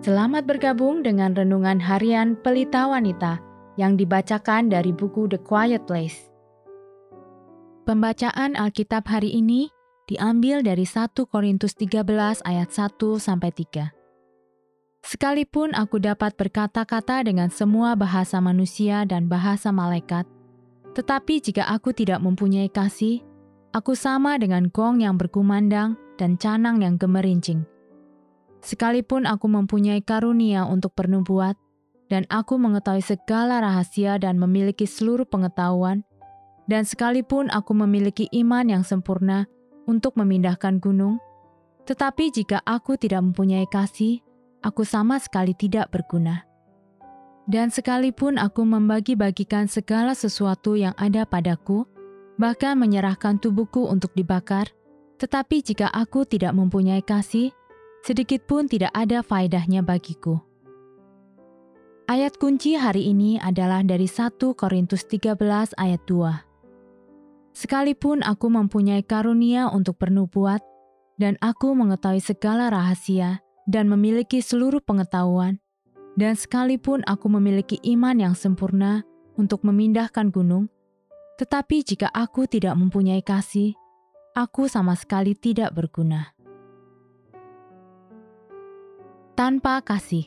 Selamat bergabung dengan Renungan Harian Pelita Wanita yang dibacakan dari buku The Quiet Place. Pembacaan Alkitab hari ini diambil dari 1 Korintus 13 ayat 1-3. Sekalipun aku dapat berkata-kata dengan semua bahasa manusia dan bahasa malaikat, tetapi jika aku tidak mempunyai kasih, aku sama dengan gong yang berkumandang dan canang yang gemerincing. Sekalipun aku mempunyai karunia untuk bernubuat, dan aku mengetahui segala rahasia dan memiliki seluruh pengetahuan, dan sekalipun aku memiliki iman yang sempurna untuk memindahkan gunung, tetapi jika aku tidak mempunyai kasih, aku sama sekali tidak berguna. Dan sekalipun aku membagi-bagikan segala sesuatu yang ada padaku, bahkan menyerahkan tubuhku untuk dibakar, tetapi jika aku tidak mempunyai kasih, sedikit pun tidak ada faedahnya bagiku. Ayat kunci hari ini adalah dari 1 Korintus 13 ayat 2. Sekalipun aku mempunyai karunia untuk bernubuat, dan aku mengetahui segala rahasia dan memiliki seluruh pengetahuan, dan sekalipun aku memiliki iman yang sempurna untuk memindahkan gunung, tetapi jika aku tidak mempunyai kasih, aku sama sekali tidak berguna. Tanpa kasih.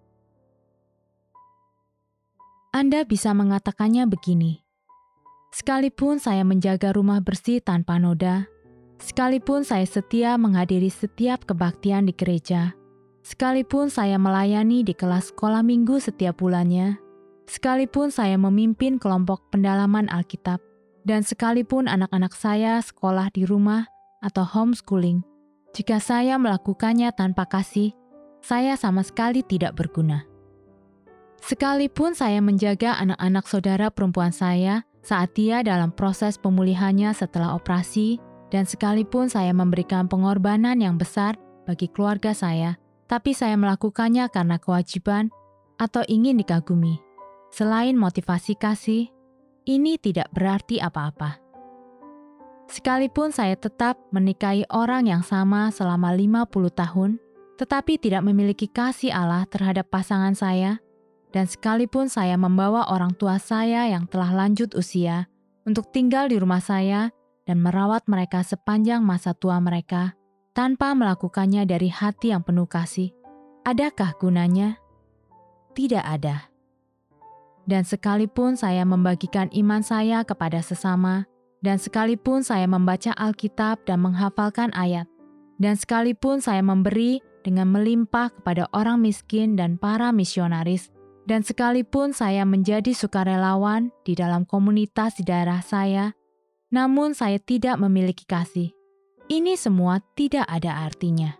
Anda bisa mengatakannya begini, sekalipun saya menjaga rumah bersih tanpa noda, sekalipun saya setia menghadiri setiap kebaktian di gereja, sekalipun saya melayani di kelas sekolah minggu setiap bulannya, sekalipun saya memimpin kelompok pendalaman Alkitab, dan sekalipun anak-anak saya sekolah di rumah atau homeschooling, jika saya melakukannya tanpa kasih, saya sama sekali tidak berguna. Sekalipun saya menjaga anak-anak saudara perempuan saya saat dia dalam proses pemulihannya setelah operasi, dan sekalipun saya memberikan pengorbanan yang besar bagi keluarga saya, tapi saya melakukannya karena kewajiban atau ingin dikagumi. Selain motivasi kasih, ini tidak berarti apa-apa. Sekalipun saya tetap menikahi orang yang sama selama 50 tahun, tetapi tidak memiliki kasih Allah terhadap pasangan saya, dan sekalipun saya membawa orang tua saya yang telah lanjut usia untuk tinggal di rumah saya dan merawat mereka sepanjang masa tua mereka, tanpa melakukannya dari hati yang penuh kasih, adakah gunanya? Tidak ada. Dan sekalipun saya membagikan iman saya kepada sesama, dan sekalipun saya membaca Alkitab dan menghafalkan ayat, dan sekalipun saya memberi dengan melimpah kepada orang miskin dan para misionaris, dan sekalipun saya menjadi sukarelawan di dalam komunitas di daerah saya, namun saya tidak memiliki kasih. Ini semua tidak ada artinya.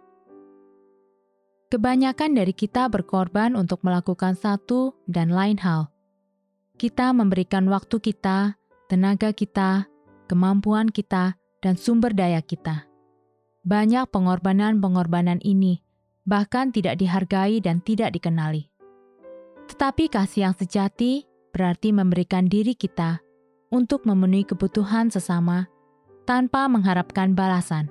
Kebanyakan dari kita berkorban untuk melakukan satu dan lain hal. Kita memberikan waktu kita, tenaga kita, kemampuan kita, dan sumber daya kita. Banyak pengorbanan-pengorbanan ini bahkan tidak dihargai dan tidak dikenali. Tetapi kasih yang sejati berarti memberikan diri kita untuk memenuhi kebutuhan sesama tanpa mengharapkan balasan.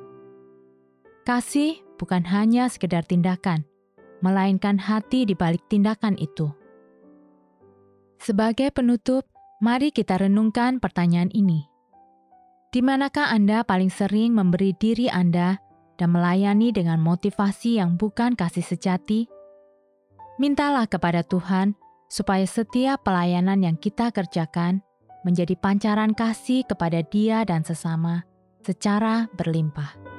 Kasih bukan hanya sekedar tindakan, melainkan hati di balik tindakan itu. Sebagai penutup, mari kita renungkan pertanyaan ini. Di manakah Anda paling sering memberi diri Anda dan melayani dengan motivasi yang bukan kasih sejati? Mintalah kepada Tuhan supaya setiap pelayanan yang kita kerjakan menjadi pancaran kasih kepada Dia dan sesama secara berlimpah.